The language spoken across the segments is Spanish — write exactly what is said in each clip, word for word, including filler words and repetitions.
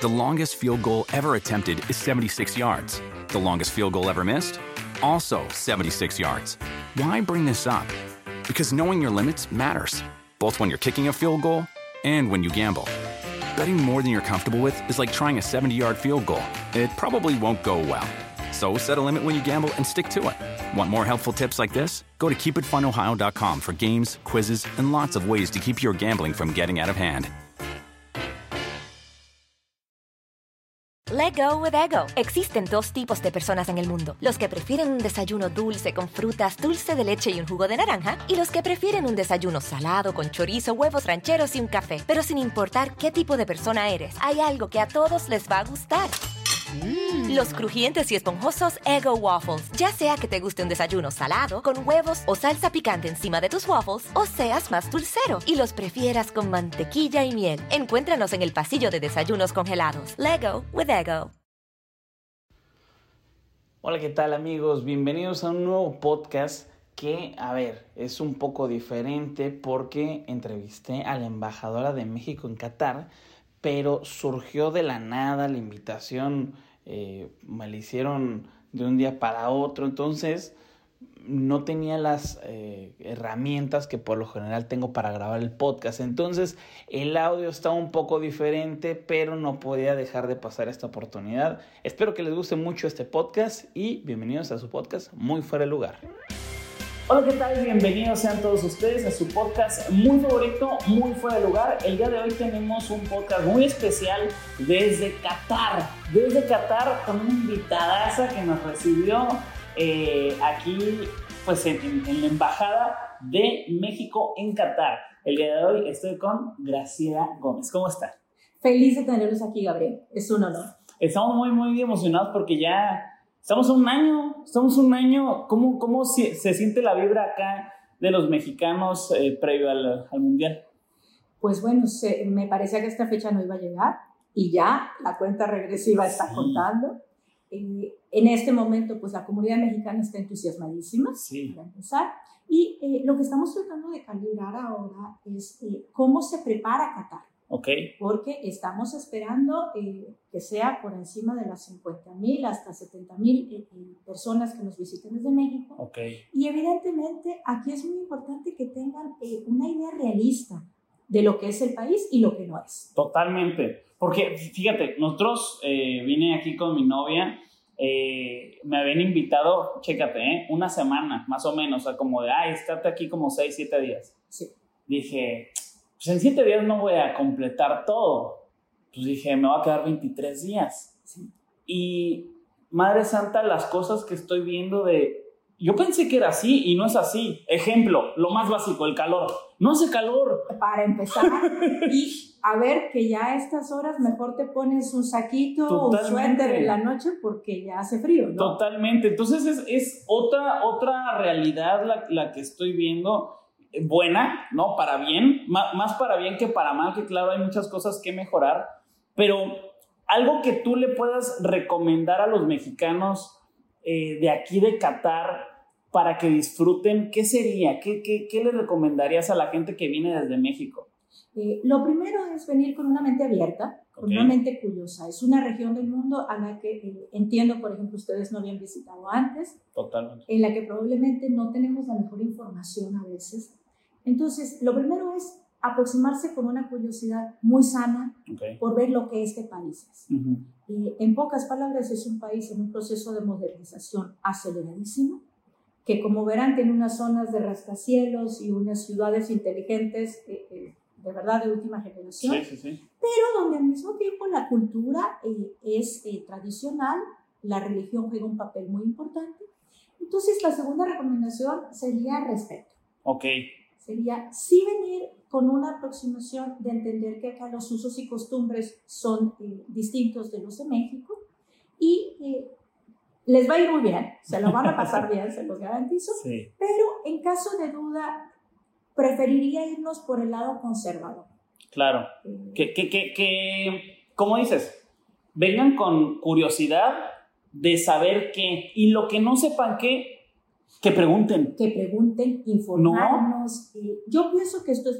The longest field goal ever attempted is seventy-six yards. The longest field goal ever missed? Also seventy-six yards. Why bring this up? Because knowing your limits matters, both when you're kicking a field goal and when you gamble. Betting more than you're comfortable with is like trying a seventy-yard field goal. It probably won't go well. So set a limit when you gamble and stick to it. Want more helpful tips like this? Go to keep it fun ohio dot com for games, quizzes, and lots of ways to keep your gambling from getting out of hand. Let go with Eggo. Existen dos tipos de personas en el mundo. Los que prefieren un desayuno dulce con frutas, dulce de leche y un jugo de naranja. Y los que prefieren un desayuno salado con chorizo, huevos rancheros y un café. Pero sin importar qué tipo de persona eres, hay algo que a todos les va a gustar. Mm. Los crujientes y esponjosos Eggo Waffles. Ya sea que te guste un desayuno salado, con huevos o salsa picante encima de tus waffles, o seas más dulcero y los prefieras con mantequilla y miel. Encuéntranos en el pasillo de desayunos congelados. Let go with Eggo. Hola, ¿qué tal, amigos? Bienvenidos a un nuevo podcast que, a ver, es un poco diferente porque entrevisté a la embajadora de México en Qatar, pero surgió de la nada la invitación, eh, me la hicieron de un día para otro, entonces no tenía las eh, herramientas que por lo general tengo para grabar el podcast, entonces el audio está un poco diferente, pero no podía dejar de pasar esta oportunidad. Espero que les guste mucho este podcast y bienvenidos a su podcast Muy Fuera de Lugar. Hola, ¿qué tal? Bienvenidos sean todos ustedes a su podcast muy favorito, Muy Fuera de Lugar. El día de hoy tenemos un podcast muy especial desde Qatar, desde Qatar con una invitadaza que nos recibió eh, aquí pues en, en, en la Embajada de México en Qatar. El día de hoy estoy con Graciela Gómez. ¿Cómo está? Feliz de tenerlos aquí, Gabriel. Es un honor. Estamos muy, muy emocionados porque ya... Estamos un año, estamos un año. ¿Cómo, cómo se, se siente la vibra acá de los mexicanos eh, previo al, al Mundial? Pues bueno, se, me parecía que esta fecha no iba a llegar y ya la cuenta regresiva está sí. contando. Eh, en este momento, pues la comunidad mexicana está entusiasmadísima, sí. para empezar. Y eh, lo que estamos tratando de calibrar ahora es eh, cómo se prepara Qatar. Okay. Porque estamos esperando eh, que sea por encima de las cincuenta mil hasta setenta mil eh, eh, personas que nos visiten desde México. Okay. Y evidentemente aquí es muy importante que tengan eh, una idea realista de lo que es el país y lo que no es. Totalmente. Porque fíjate, nosotros eh, vine aquí con mi novia, eh, me habían invitado, chécate, eh, una semana más o menos, o sea, como de, ay, estate aquí como seis, siete días. Sí. Dije... Pues en siete días no voy a completar todo. Pues dije, me voy a quedar veintitrés días. Sí. Y, Madre Santa, las cosas que estoy viendo de... Yo pensé que era así y no es así. Ejemplo, lo más básico, el calor. No hace calor. Para empezar, y a ver que ya a estas horas mejor te pones un saquito o un suéter en la noche porque ya hace frío, ¿no? Totalmente. Entonces es, es otra, otra realidad la, la que estoy viendo... buena, ¿no? Para bien, más, más para bien que para mal, que claro, hay muchas cosas que mejorar, pero algo que tú le puedas recomendar a los mexicanos eh, de aquí de Qatar para que disfruten, ¿qué sería? ¿Qué, qué, qué le recomendarías a la gente que viene desde México? Eh, lo primero es venir con una mente abierta, con okay. una mente curiosa. Es una región del mundo a la que eh, entiendo, por ejemplo, ustedes no habían visitado antes, totalmente, en la que probablemente no tenemos la mejor información a veces. Entonces, lo primero es aproximarse con una curiosidad muy sana okay. por ver lo que este país es. Uh-huh. Eh, en pocas palabras, es un país en un proceso de modernización aceleradísimo, que como verán tiene unas zonas de rascacielos y unas ciudades inteligentes, eh, eh, de verdad de última generación, sí, sí, sí. pero donde al mismo tiempo la cultura eh, es eh, tradicional, la religión juega un papel muy importante. Entonces, la segunda recomendación sería respeto. Ok. Sería sí venir con una aproximación de entender que acá los usos y costumbres son eh, distintos de los de México y eh, les va a ir muy bien, se lo van a pasar bien, se los garantizo, sí. pero en caso de duda preferiría irnos por el lado conservador. Claro, eh, que, que, que, que, ¿cómo dices? Vengan con curiosidad de saber qué, y lo que no sepan qué, que pregunten. Que pregunten, informarnos. ¿No? Eh, yo pienso que esto es lo mejor.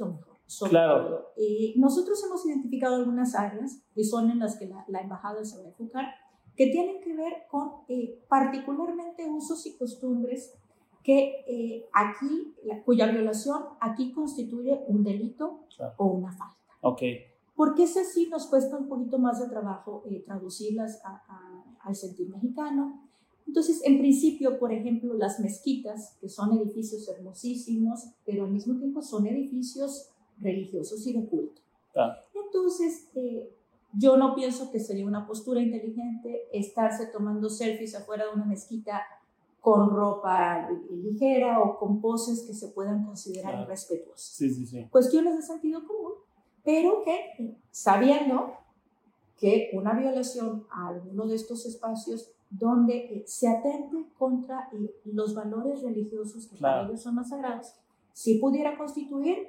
sobre claro. todo. Eh, nosotros hemos identificado algunas áreas que son en las que la, la embajada se va a enfocar, que tienen que ver con eh, particularmente usos y costumbres que eh, aquí, la, cuya violación aquí constituye un delito claro. o una falta. Okay. Porque ese sí nos cuesta un poquito más de trabajo eh, traducirlas a, a, al sentir mexicano. Entonces, en principio, por ejemplo, las mezquitas, que son edificios hermosísimos, pero al mismo tiempo son edificios religiosos y de culto. Ah. Entonces, eh, yo no pienso que sería una postura inteligente estarse tomando selfies afuera de una mezquita con ropa ligera o con poses que se puedan considerar claro. irrespetuosas. Sí, sí, sí. Cuestiones de sentido común, pero que sabiendo que una violación a alguno de estos espacios donde eh, se atente contra eh, los valores religiosos que claro. para ellos son más sagrados, sí pudiera constituir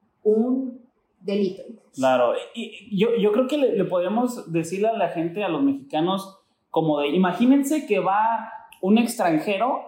un delito. Claro, y yo, yo creo que le, le podemos decirle a la gente, a los mexicanos, como de, imagínense que va un extranjero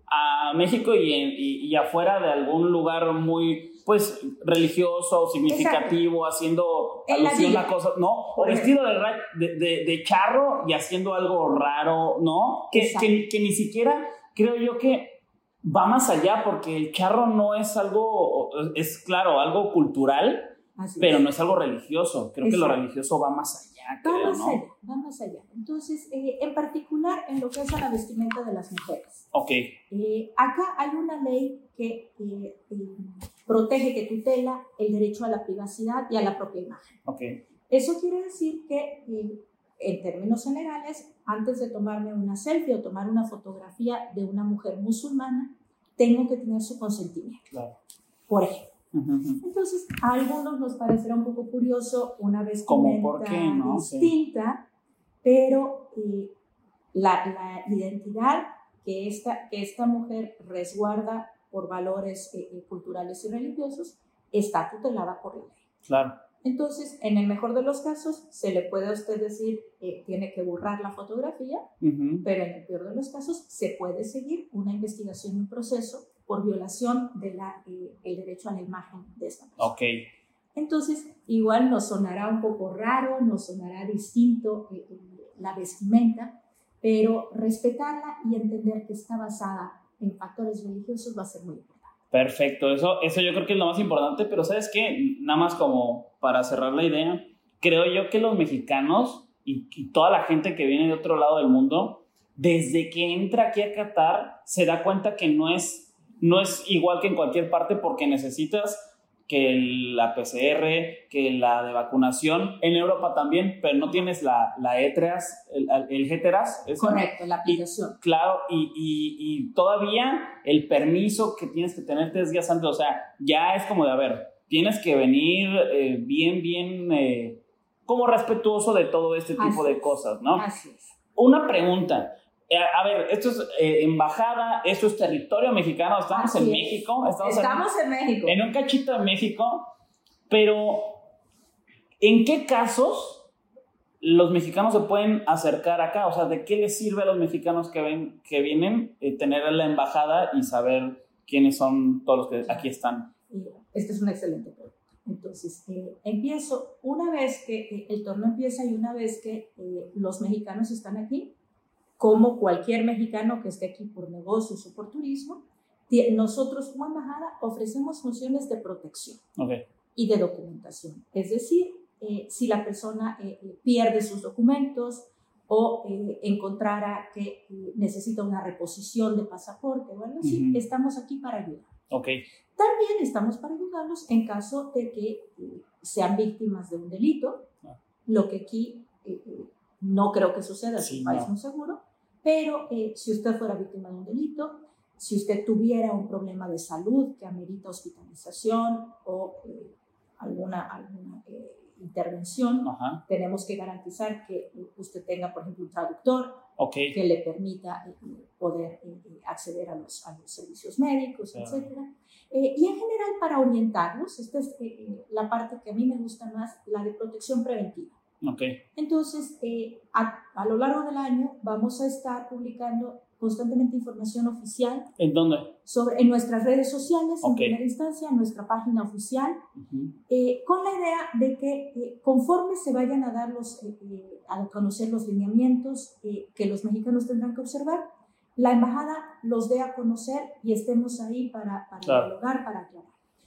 a México y, y, y afuera de algún lugar muy, pues, religioso o significativo, exacto. haciendo alusión a cosas, ¿no? O vestido de, de, de, de charro y haciendo algo raro, ¿no? Que, que, que ni siquiera creo yo que va más allá, porque el charro no es algo, es claro, algo cultural, así pero es. No es algo religioso. Creo exacto. que lo religioso va más allá. Va creo, más ¿no? allá, va más allá. Entonces, eh, en particular, en lo que es a la vestimenta de las mujeres. Ok. Eh, acá hay una ley que eh, eh, protege, que tutela el derecho a la privacidad y a la propia imagen. Ok. Eso quiere decir que, eh, en términos generales, antes de tomarme una selfie o tomar una fotografía de una mujer musulmana, tengo que tener su consentimiento. Claro. Por ejemplo. Entonces, a algunos nos parecerá un poco curioso una vestimenta ¿no? distinta, sí. pero eh, la, la identidad que esta, que esta mujer resguarda por valores eh, culturales y religiosos está tutelada por la ley. Claro. Entonces, en el mejor de los casos, se le puede a usted decir eh, tiene que borrar la fotografía, uh-huh. pero en el peor de los casos se puede seguir una investigación y un proceso por violación del de eh, derecho a la imagen de esta persona. Okay. Entonces, igual nos sonará un poco raro, nos sonará distinto eh, la vestimenta, pero respetarla y entender que está basada en factores religiosos va a ser muy importante. Perfecto, eso, eso yo creo que es lo más importante, pero ¿sabes qué? Nada más como para cerrar la idea, creo yo que los mexicanos y, y toda la gente que viene de otro lado del mundo, desde que entra aquí a Qatar, se da cuenta que no es No es igual que en cualquier parte, porque necesitas que la P C R, que la de vacunación, en Europa también, pero no tienes la, la E T R A S, el, el G T R A S. ¿eso? Correcto, la aplicación. Y, claro, y, y, y todavía el permiso que tienes que tener tres días antes, o sea, ya es como de, a ver, tienes que venir eh, bien, bien, eh, como respetuoso de todo este tipo Así de es. cosas, ¿no? Así es. Una pregunta. A ver, esto es eh, embajada, esto es territorio mexicano, estamos Así en es. México. Estamos, estamos en, en México. En un cachito de México, pero ¿en qué casos los mexicanos se pueden acercar acá? O sea, ¿de qué les sirve a los mexicanos que, ven, que vienen eh, tener la embajada y saber quiénes son todos los que aquí están? Esta es una excelente pregunta. Entonces, eh, empiezo, una vez que eh, el torneo empieza y una vez que eh, los mexicanos están aquí, como cualquier mexicano que esté aquí por negocios o por turismo, nosotros como embajada ofrecemos funciones de protección okay. y de documentación. Es decir, eh, si la persona eh, pierde sus documentos o eh, encontrara que eh, necesita una reposición de pasaporte o algo así, uh-huh. estamos aquí para ayudar. Okay. También estamos para ayudarlos en caso de que eh, sean víctimas de un delito, ah. lo que aquí eh, no creo que suceda, es sí, un país no. muy seguro, pero eh, si usted fuera víctima de un delito, si usted tuviera un problema de salud que amerita hospitalización o eh, alguna, alguna eh, intervención, uh-huh. tenemos que garantizar que usted tenga, por ejemplo, un traductor okay. que le permita eh, poder eh, acceder a los, a los servicios médicos, uh-huh. etcétera. Eh, y en general para orientarlos, esta es eh, la parte que a mí me gusta más, la de protección preventiva. Okay. Entonces, eh, a, a lo largo del año vamos a estar publicando constantemente información oficial. ¿En dónde? Sobre, en nuestras redes sociales, okay. En primera instancia, en nuestra página oficial, uh-huh. eh, con la idea de que eh, conforme se vayan a dar los, eh, eh, a conocer los lineamientos eh, que los mexicanos tendrán que observar, la embajada los dé a conocer y estemos ahí para, para claro. dialogar, para aclarar.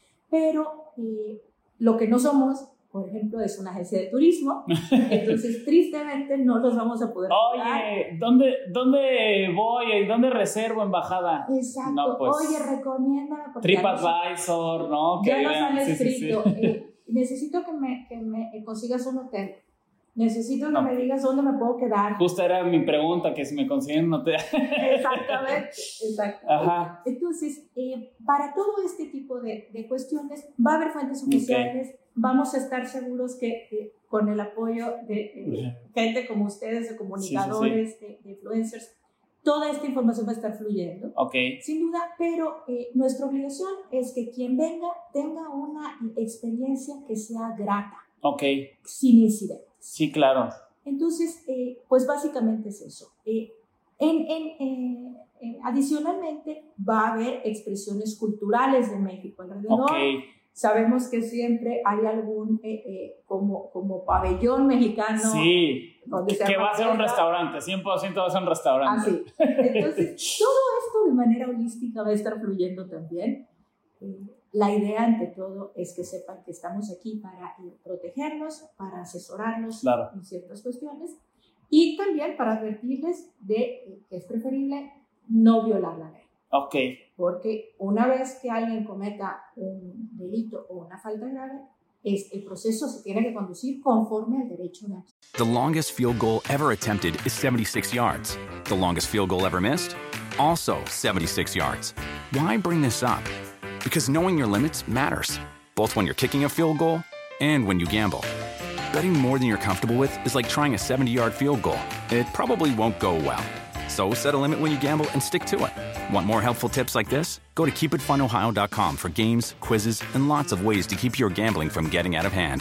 Pero eh, lo que no somos, por ejemplo, es una agencia de turismo, entonces tristemente no los vamos a poder Oye, pagar. ¿dónde, ¿dónde voy? ¿Dónde reservo embajada? Exacto, no, pues, oye, recomiéndame. TripAdvisor, ¿no? Ya nos han sí, escrito, sí, sí. Eh, necesito que me, que me consigas un hotel. Necesito que no. me digas dónde me puedo quedar. Justo era mi pregunta, que si me consiguen un hotel. Exactamente, exactamente. Ajá. Entonces, eh, para todo este tipo de, de cuestiones, va a haber fuentes oficiales, okay. Vamos a estar seguros que eh, con el apoyo de eh, gente como ustedes, de comunicadores, sí, sí, sí. De, de influencers, toda esta información va a estar fluyendo, okay. Sin duda, pero eh, nuestra obligación es que quien venga tenga una experiencia que sea grata, okay. Sin incidentes. Sí, claro. Entonces, eh, pues básicamente es eso. Eh, en, en, eh, eh, adicionalmente, va a haber expresiones culturales de México alrededor. Okay. Sabemos que siempre hay algún, eh, eh, como, como pabellón mexicano. Sí, donde que, que va a ser un restaurante, cien por ciento va a ser un restaurante. Así. Entonces, todo esto de manera holística va a estar fluyendo también. Eh, la idea, ante todo, es que sepan que estamos aquí para eh, protegerlos, para asesorarlos, claro, en ciertas cuestiones, y también para advertirles de eh, que es preferible no violar la ley. Ok. Porque una vez que alguien cometa un delito o una falta grave, es, el proceso se tiene que conducir conforme al derecho de acción. The longest field goal ever attempted is seventy-six yards. The longest field goal ever missed? Also seventy-six yards. Why bring this up? Because knowing your limits matters, both when you're kicking a field goal and when you gamble. Betting more than you're comfortable with is like trying a seventy-yard field goal. It probably won't go well. So set a limit when you gamble and stick to it. Want more helpful tips like this? Go to keep it fun ohio dot com for games, quizzes, and lots of ways to keep your gambling from getting out of hand.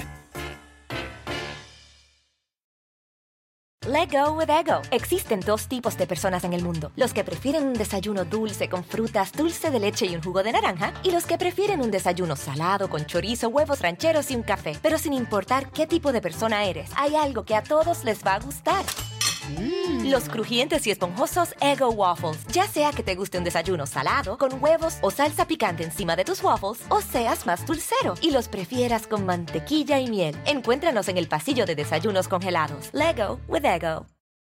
Let go with ego. Existen dos tipos de personas en el mundo. Los que prefieren un desayuno dulce con frutas, dulce de leche y un jugo de naranja. Y los que prefieren un desayuno salado con chorizo, huevos rancheros y un café. Pero sin importar qué tipo de persona eres, hay algo que a todos les va a gustar. Mm. Los crujientes y esponjosos Eggo Waffles. Ya sea que te guste un desayuno salado, con huevos o salsa picante encima de tus waffles, o seas más dulcero y los prefieras con mantequilla y miel. Encuéntranos en el pasillo de desayunos congelados. Leggo with Eggo.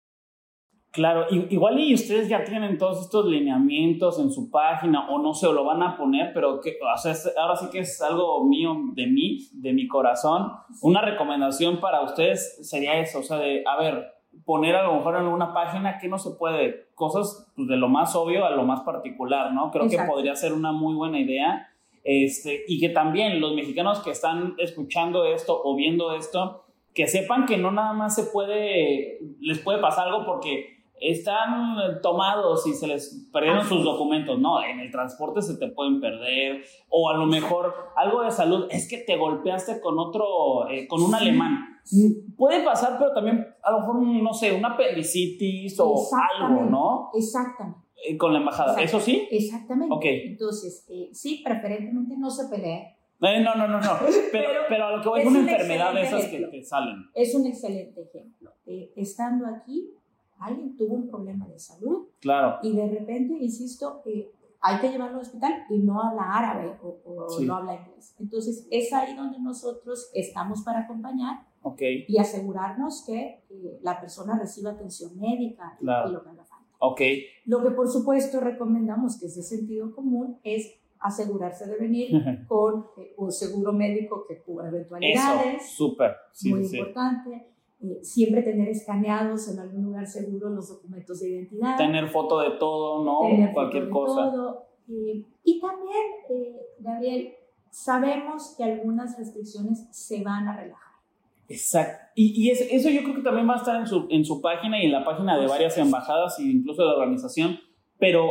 Claro, igual y ustedes ya tienen todos estos lineamientos en su página, o no sé, o lo van a poner, pero que, o sea, ahora sí que es algo mío, de mí, de mi corazón. Una recomendación para ustedes sería eso, o sea, de, a ver, poner a lo mejor en una página que no se puede, cosas pues, de lo más obvio a lo más particular, ¿no? Creo Exacto. que podría ser una muy buena idea, este, y que también los mexicanos que están escuchando esto o viendo esto, que sepan que no nada más se puede, les puede pasar algo porque están tomados y se les perdieron sus documentos. No, en el transporte se te pueden perder, o a lo mejor algo de salud, es que te golpeaste con otro, eh, con un alemán. Puede pasar, pero también a lo mejor, no sé, una apendicitis o algo, ¿no? Exactamente. Eh, con la embajada, ¿eso sí? Exactamente. Ok. Entonces, eh, sí, preferentemente no se peleen. Eh, no, no, no, no. Pero, pero, pero a lo que voy es una enfermedad de esas que te salen. Es un excelente ejemplo. Eh, estando aquí, alguien tuvo un problema de salud. Claro. Y de repente, insisto, eh, hay que llevarlo al hospital y no habla árabe o, o sí. no habla inglés. Entonces, es ahí donde nosotros estamos para acompañar, okay, y asegurarnos que eh, la persona reciba atención médica, claro, y lo que haga falta. Okay. Lo que, por supuesto, recomendamos, que es de sentido común, es asegurarse de venir con eh, un seguro médico que cubra eventualidades. Eso, súper. Sí, muy sí. importante. Eh, siempre tener escaneados en algún lugar seguro los documentos de identidad. Tener foto de todo, ¿no? Tener Cualquier foto cosa. De todo. Eh, y también, eh, Gabriel, sabemos que algunas restricciones se van a relajar. Exacto. Y, y es, eso yo creo que también va a estar en su, en su página y en la página de varias embajadas e incluso de la organización. Pero,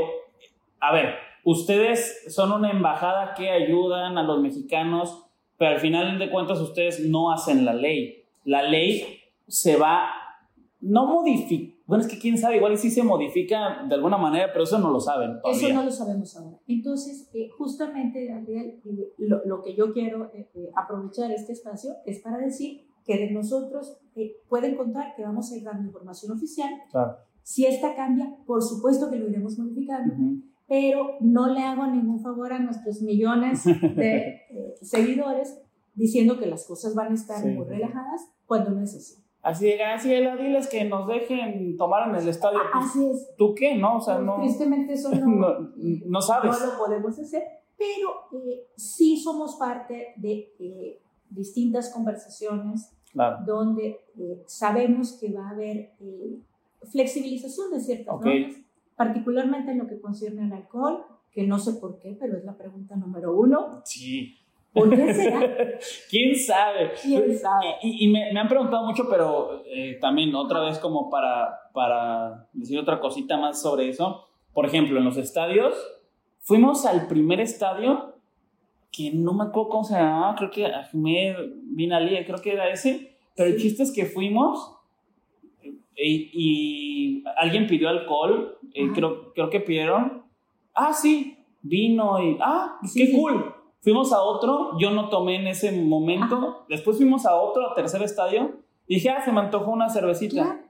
a ver, ustedes son una embajada que ayudan a los mexicanos, pero al final de cuentas ustedes no hacen la ley. La ley se va, no modificar, Bueno, es que quién sabe, igual y sí se modifica de alguna manera, pero eso no lo saben todavía. Eso no lo sabemos ahora. Entonces, eh, justamente, Gabriel, eh, lo, lo que yo quiero eh, eh, aprovechar este espacio es para decir que de nosotros eh, pueden contar que vamos a ir dando información oficial. Claro. Si esta cambia, por supuesto que lo iremos modificando, Uh-huh. pero no le hago ningún favor a nuestros millones de eh, seguidores diciendo que las cosas van a estar sí. muy relajadas cuando no es así. Así de, así de, diles que nos dejen tomar en el estadio. Pues, así es. ¿Tú qué? ¿No? O sea, pues, no. Tristemente eso no, no, no sabes. No lo podemos hacer, pero eh, sí somos parte de eh, distintas conversaciones claro. donde eh, sabemos que va a haber eh, flexibilización de ciertas okay. normas, particularmente en lo que concierne al alcohol, que no sé por qué, pero es la pregunta número uno. Sí. ¿Por qué será? ¿Quién sabe? ¿Quién sabe? Y, y me, me han preguntado mucho, pero eh, también otra vez como para, para decir otra cosita más sobre eso. Por ejemplo, en los estadios, fuimos al primer estadio, que no me acuerdo cómo se llamaba, creo que Ahmed Bin Ali, creo que era ese, pero sí. El chiste es que fuimos y, y alguien pidió alcohol, eh, creo, creo que pidieron, ah, sí, vino y, ah, sí, qué sí. cool. Fuimos a otro, yo no tomé en ese momento, ajá. Después fuimos a otro, a tercer estadio, y dije, ah, se me antojó una cervecita. ¿Ya?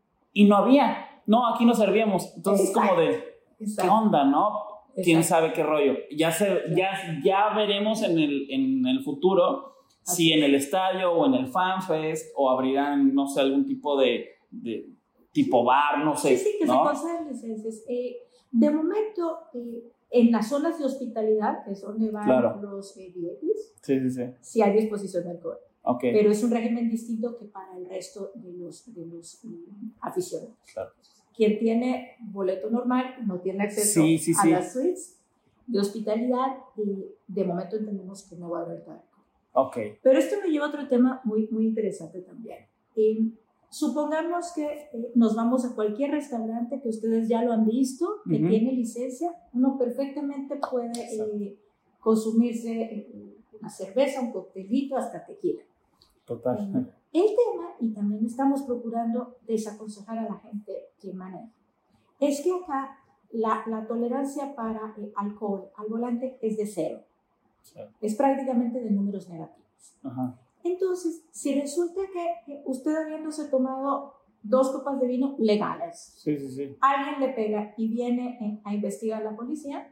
Y no había, no, aquí no servíamos. Entonces, exacto. Como de, exacto. ¿Qué onda, no? Exacto. ¿Quién sabe qué rollo? Ya, se, ya, ya veremos en el, en el futuro así si en el estadio o en el FanFest o abrirán, no sé, algún tipo de, de tipo bar, no sé. Sí, sí, que ¿no? se pasan licencias. Eh, de momento... Eh, En las zonas de hospitalidad, que es donde van claro. los eh, V I Ps, sí, sí, sí. sí hay disposición de alcohol. Okay. Pero es un régimen distinto que para el resto de los, de los um, aficionados. Claro. Quien tiene boleto normal no tiene acceso sí, sí, a sí. las suites de hospitalidad y de momento entendemos que no va a haber alcohol. Okay. Pero esto me lleva a otro tema muy, muy interesante también. Eh, Supongamos que eh, nos vamos a cualquier restaurante que ustedes ya lo han visto, que uh-huh. tiene licencia, uno perfectamente puede eh, consumirse eh, una cerveza, un coctelito, hasta tequila. Total. Eh, el tema, y también estamos procurando desaconsejar a la gente que maneja, es que acá la, la tolerancia para eh, alcohol al volante es de cero. Sí. Es prácticamente de números negativos. Ajá. Entonces, si resulta que usted habiéndose tomado dos copas de vino legales, sí, sí, sí. alguien le pega y viene a investigar a la policía,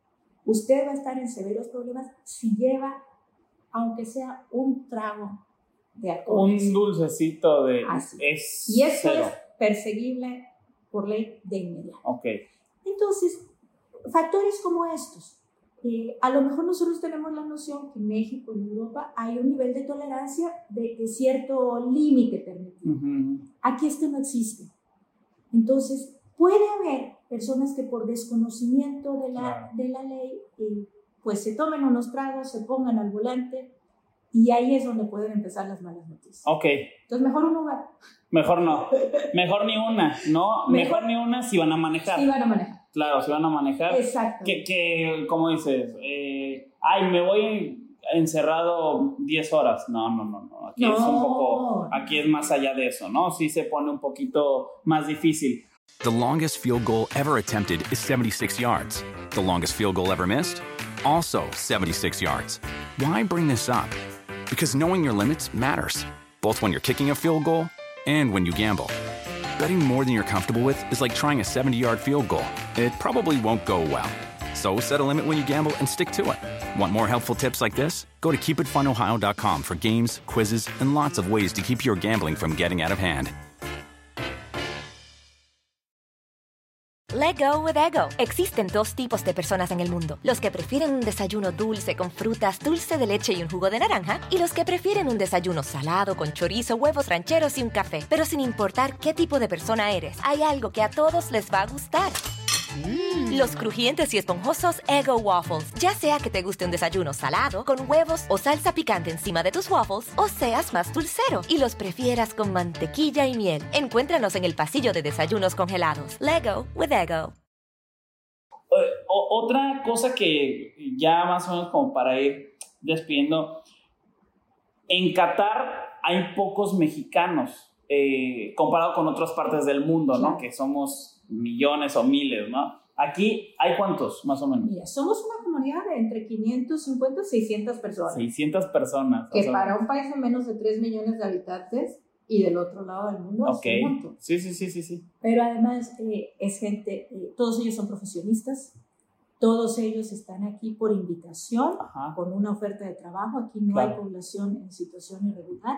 usted va a estar en severos problemas si lleva, aunque sea un trago de alcohol. Un dulcecito de... Así. Es y esto cero. Es perseguible por ley de inmediato. Ok. Entonces, factores como estos. Eh, a lo mejor nosotros tenemos la noción que en México, en Europa, hay un nivel de tolerancia de, de cierto límite permitido. Uh-huh. Aquí esto no existe. Entonces, puede haber personas que por desconocimiento de la, claro. de la ley, eh, pues se tomen unos tragos, se pongan al volante, y ahí es donde pueden empezar las malas noticias. Ok. Entonces, mejor un lugar. Mejor no. Mejor ni una, ¿no? Mejor, mejor ni una si van a manejar. Si van a manejar. Claro, si van a manejar. Exacto. Que, que como dices, eh, ay, me voy encerrado diez horas. No, no, no, no. Aquí no. es un poco, aquí es más allá de eso, ¿no? Sí se pone un poquito más difícil. The longest field goal ever attempted is seventy-six yards. The longest field goal ever missed? Also seventy-six yards. Why bring this up? Because knowing your limits matters, both when you're kicking a field goal and when you gamble. Betting more than you're comfortable with is like trying a seventy-yard field goal. It probably won't go well. So set a limit when you gamble and stick to it. Want more helpful tips like this? Go to keep it fun ohio dot com for games, quizzes, and lots of ways to keep your gambling from getting out of hand. Let go with Eggo. Existen dos tipos de personas en el mundo. Los que prefieren un desayuno dulce con frutas, dulce de leche y un jugo de naranja. Y los que prefieren un desayuno salado con chorizo, huevos rancheros y un café. Pero sin importar qué tipo de persona eres, hay algo que a todos les va a gustar. Mm. Los crujientes y esponjosos Eggo Waffles. Ya sea que te guste un desayuno salado, con huevos o salsa picante encima de tus waffles, o seas más dulcero y los prefieras con mantequilla y miel. Encuéntranos en el pasillo de desayunos congelados. Lego with Eggo. O, otra cosa que ya más o menos como para ir despidiendo. En Qatar hay pocos mexicanos. eh, comparado con otras partes del mundo, claro, ¿no? Que somos millones o miles, ¿no? Aquí, ¿hay cuántos, más o menos? Mira, somos una comunidad de entre quinientos cincuenta y seiscientas personas. seiscientas personas. Que o sea, para un país de menos de tres millones de habitantes y del otro lado del mundo okay, es un montón. Sí, sí, sí, sí, sí. Pero además eh, es gente, eh, todos ellos son profesionistas, todos ellos están aquí por invitación, ajá, con una oferta de trabajo. Aquí no claro, hay población en situación irregular.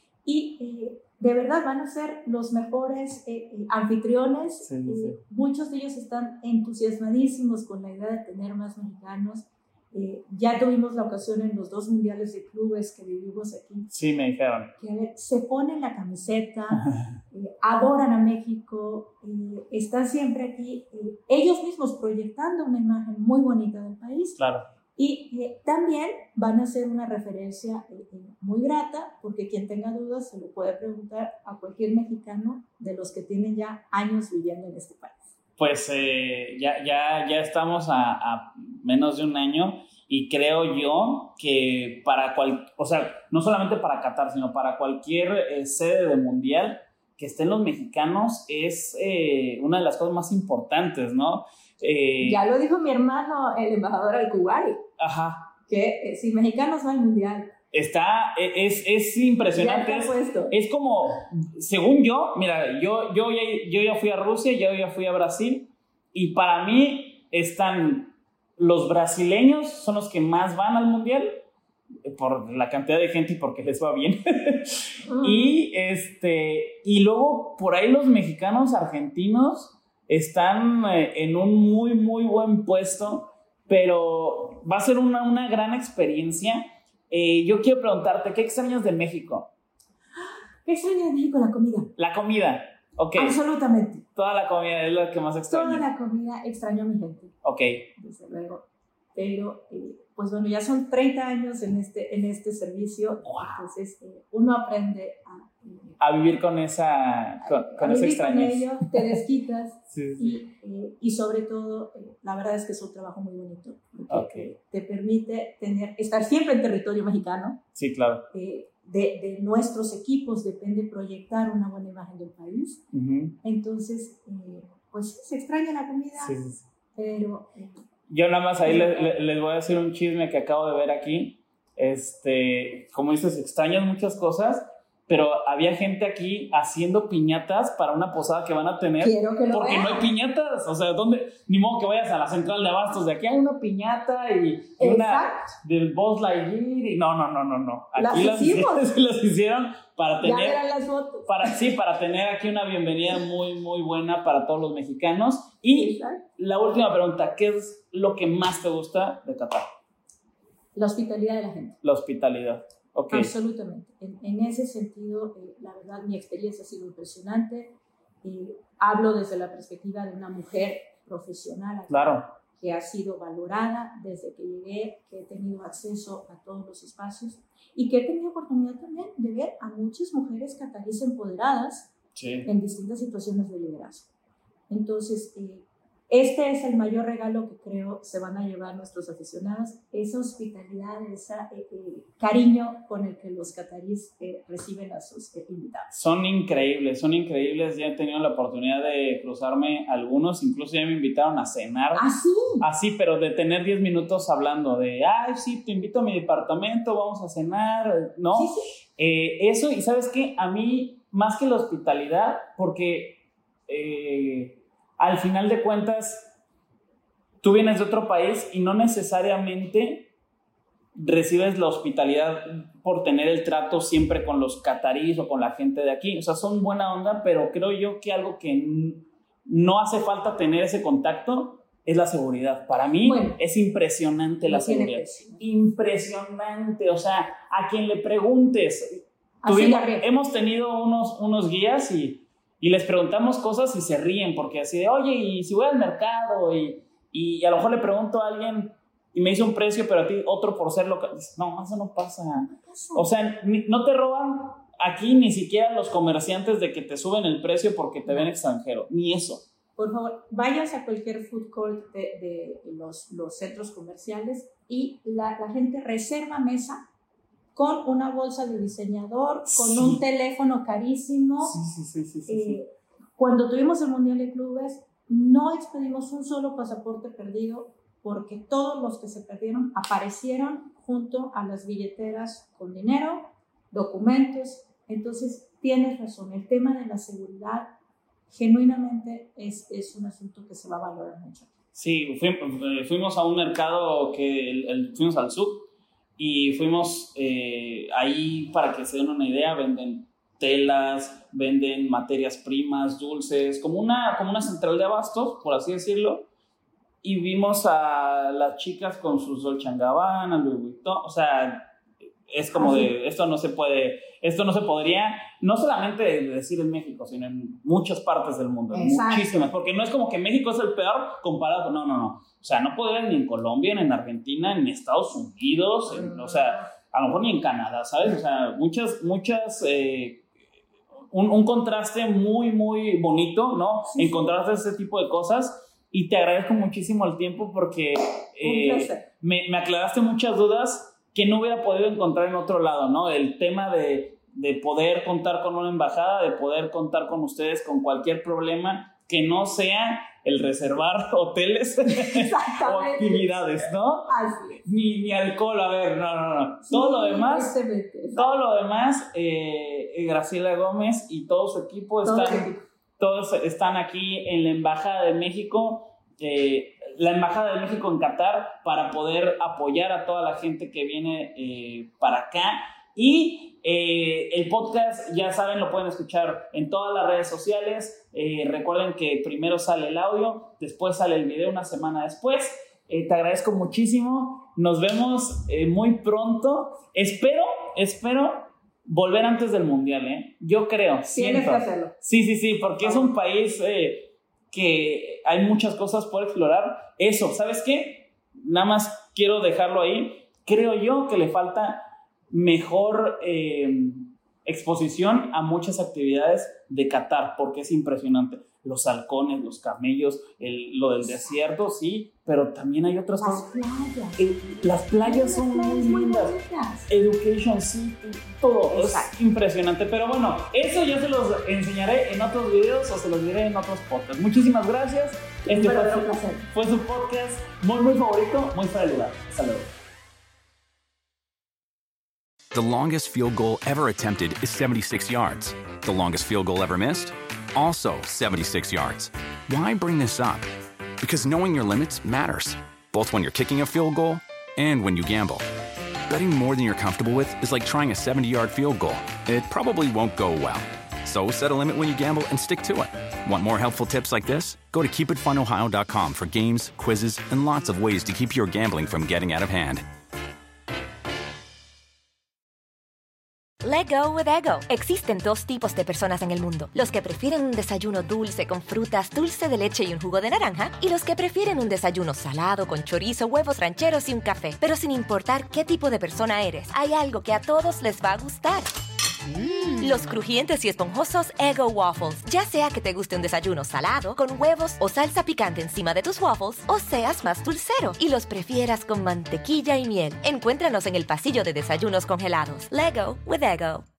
Y eh, de verdad van a ser los mejores eh, eh, anfitriones. Sí, sí. Eh, muchos de ellos están entusiasmadísimos con la idea de tener más mexicanos. Eh, ya tuvimos la ocasión en los dos mundiales de clubes que vivimos aquí. Sí, me dijeron. Que a ver, se ponen la camiseta, eh, adoran a México, eh, están siempre aquí, eh, ellos mismos proyectando una imagen muy bonita del país. Claro. Y eh, también van a ser una referencia eh, eh, muy grata, porque quien tenga dudas se lo puede preguntar a cualquier mexicano de los que tienen ya años viviendo en este país. Pues eh, ya, ya, ya estamos a, a menos de un año y creo yo que para cual, o sea, no solamente para Qatar, sino para cualquier eh, sede de mundial que estén los mexicanos es eh, una de las cosas más importantes, ¿no? Eh, ya lo dijo mi hermano, el embajador Al-Kuwari. Ajá. Que eh, sin mexicanos no hay mundial. Está, es, es impresionante. Es, es como, según yo, mira, yo, yo, ya, yo ya fui a Rusia, yo ya fui a Brasil, y para mí están los brasileños, son los que más van al mundial, por la cantidad de gente y porque les va bien. mm. y, este, y luego por ahí los mexicanos, argentinos, están en un muy, muy buen puesto, pero va a ser una, una gran experiencia. Eh, yo quiero preguntarte, ¿qué extrañas de México? ¿Qué extraño de México? La comida. La comida, ok. Absolutamente. Toda la comida es lo que más extraño. Toda la comida extraño a mi gente. Ok. Desde luego. Pero, eh, pues bueno, ya son treinta años en este, en este servicio. Wow. Entonces, eh, uno aprende a... Eh, a vivir con esa con, con ese extraño. A vivir con ello, te desquitas. sí, sí. Y, eh, y sobre todo, eh, la verdad es que es un trabajo muy bonito. Porque okay. te permite tener, estar siempre en territorio mexicano. Sí, claro. Eh, de, de nuestros equipos depende proyectar una buena imagen del país. Uh-huh. Entonces, eh, pues se extraña la comida, sí, sí, sí. pero... Eh, Yo nada más ahí les, les, les voy a decir un chisme que acabo de ver aquí. Este, como dices, extrañas muchas cosas, pero había gente aquí haciendo piñatas para una posada que van a tener. Quiero que lo porque vean. No hay piñatas. O sea, ¿dónde? Ni modo que vayas a la central de abastos de aquí hay una piñata y, y una del Buzz Lightyear. Y no, no, no, no, no. Aquí las, las hicimos. Las, las hicieron para tener. Ya verán las fotos. Para, sí, para tener aquí una bienvenida muy, muy buena para todos los mexicanos. Y exacto. La última pregunta, ¿qué es lo que más te gusta de Qatar? La hospitalidad de la gente. La hospitalidad. Okay. Absolutamente. En, en ese sentido, eh, la verdad, mi experiencia ha sido impresionante. Eh, hablo desde la perspectiva de una mujer profesional aquí, claro. que ha sido valorada desde que llegué, que he tenido acceso a todos los espacios y que he tenido oportunidad también de ver a muchas mujeres cataríes empoderadas sí. en distintas situaciones de liderazgo. Entonces, eh, este es el mayor regalo que creo se van a llevar nuestros aficionados, esa hospitalidad, ese eh, eh, cariño con el que los cataríes eh, reciben a sus eh, invitados. Son increíbles, son increíbles. Ya he tenido la oportunidad de cruzarme algunos, incluso ya me invitaron a cenar. ¿Ah, sí? Así, pero de tener diez minutos hablando de, ay, sí, te invito a mi departamento, vamos a cenar, ¿no? Sí, sí. Eh, eso, y ¿sabes qué? A mí, más que la hospitalidad, porque... Eh, al final de cuentas, tú vienes de otro país y no necesariamente recibes la hospitalidad por tener el trato siempre con los cataríes o con la gente de aquí. O sea, son buena onda, pero creo yo que algo que no hace falta tener ese contacto es la seguridad. Para mí bueno, es impresionante la seguridad. Impresionante. O sea, a quien le preguntes. Tuvimos, hemos tenido unos, unos guías y... Y les preguntamos cosas y se ríen porque así de, oye, y si voy al mercado y, y a lo mejor le pregunto a alguien y me hizo un precio, pero a ti otro por ser local. No, eso no pasa. No pasa. O sea, ni, no te roban aquí ni siquiera los comerciantes de que te suben el precio porque te ven extranjero. Ni eso. Por favor, vayas a cualquier food court de, de los, los centros comerciales y la, la gente reserva mesa con una bolsa de diseñador, con Sí. un teléfono carísimo. Sí, sí, sí, sí, sí, Eh, sí. Cuando tuvimos el Mundial de Clubes, no expedimos un solo pasaporte perdido porque todos los que se perdieron aparecieron junto a las billeteras con dinero, documentos. Entonces, tienes razón, el tema de la seguridad genuinamente es, es un asunto que se va a valorar mucho. Sí, fuimos, fuimos a un mercado que el, el, fuimos al sur y fuimos eh, ahí, para que se den una idea, venden telas, venden materias primas, dulces, como una, como una central de abastos, por así decirlo, y vimos a las chicas con sus Dolce and Gabbana, Louis Vuitton, o sea, es como de, esto no se puede, esto no se podría, no solamente decir en México, sino en muchas partes del mundo, Exacto. Muchísimas, porque no es como que México es el peor comparado, no, no, no, o sea, no podría ni en Colombia, ni en Argentina, ni en Estados Unidos, en, o sea, a lo mejor ni en Canadá, ¿sabes? O sea, muchas, muchas, eh, un, un contraste muy, muy bonito, ¿no? Sí, Encontrarte ese tipo de cosas. Y te agradezco muchísimo el tiempo porque eh, me, me aclaraste muchas dudas que no hubiera podido encontrar en otro lado, ¿no? El tema de, de poder contar con una embajada, de poder contar con ustedes con cualquier problema que no sea el reservar hoteles o actividades, ¿no? Así es. Ni, ni alcohol, a ver, no, no, no. Sí, todo lo demás, excelente. todo lo demás, eh, Graciela Gómez y todo su equipo Todo están... el equipo. Todos están aquí en la Embajada de México, eh, la Embajada de México en Qatar, para poder apoyar a toda la gente que viene eh, para acá. Y eh, el podcast, ya saben, lo pueden escuchar en todas las redes sociales. Eh, recuerden que primero sale el audio, después sale el video una semana después. Eh, te agradezco muchísimo. Nos vemos eh, muy pronto. Espero, espero... volver antes del Mundial, ¿eh? Yo creo, Tienes siento. que hacerlo. Sí, sí, sí, porque es un país eh, que hay muchas cosas por explorar. Eso, ¿sabes qué? Nada más quiero dejarlo ahí. Creo yo que le falta mejor eh, exposición a muchas actividades de Qatar, porque es impresionante. Los halcones, los camellos, el, lo del desierto, sí, pero también hay otras Las cosas. playas. Eh, las playas son Las muy playas muy lindas. bonitas. Education City, todo. Exacto. Es impresionante. Pero bueno, eso yo se los enseñaré en otros videos o se los diré en otros podcasts. Muchísimas gracias. Este Un fue, verdadero su- placer. fue su podcast muy, muy favorito, muy fuera de lugar. Hasta luego. The longest field goal ever attempted is seventy-six yards. The longest field goal ever missed? Also seventy-six yards. Why bring this up? Because knowing your limits matters, both when you're kicking a field goal and when you gamble. Betting more than you're comfortable with is like trying a seventy-yard field goal. It probably won't go well. So set a limit when you gamble and stick to it. Want more helpful tips like this? Go to keep it fun ohio dot com for games, quizzes, and lots of ways to keep your gambling from getting out of hand. Let go with Ego. Existen dos tipos de personas en el mundo. Los que prefieren un desayuno dulce con frutas, dulce de leche y un jugo de naranja. Y los que prefieren un desayuno salado con chorizo, huevos rancheros y un café. Pero sin importar qué tipo de persona eres, hay algo que a todos les va a gustar. Mm. Los crujientes y esponjosos Eggo Waffles. Ya sea que te guste un desayuno salado, con huevos o salsa picante encima de tus waffles, o seas más dulcero y los prefieras con mantequilla y miel. Encuéntranos en el pasillo de desayunos congelados. Let go with Eggo.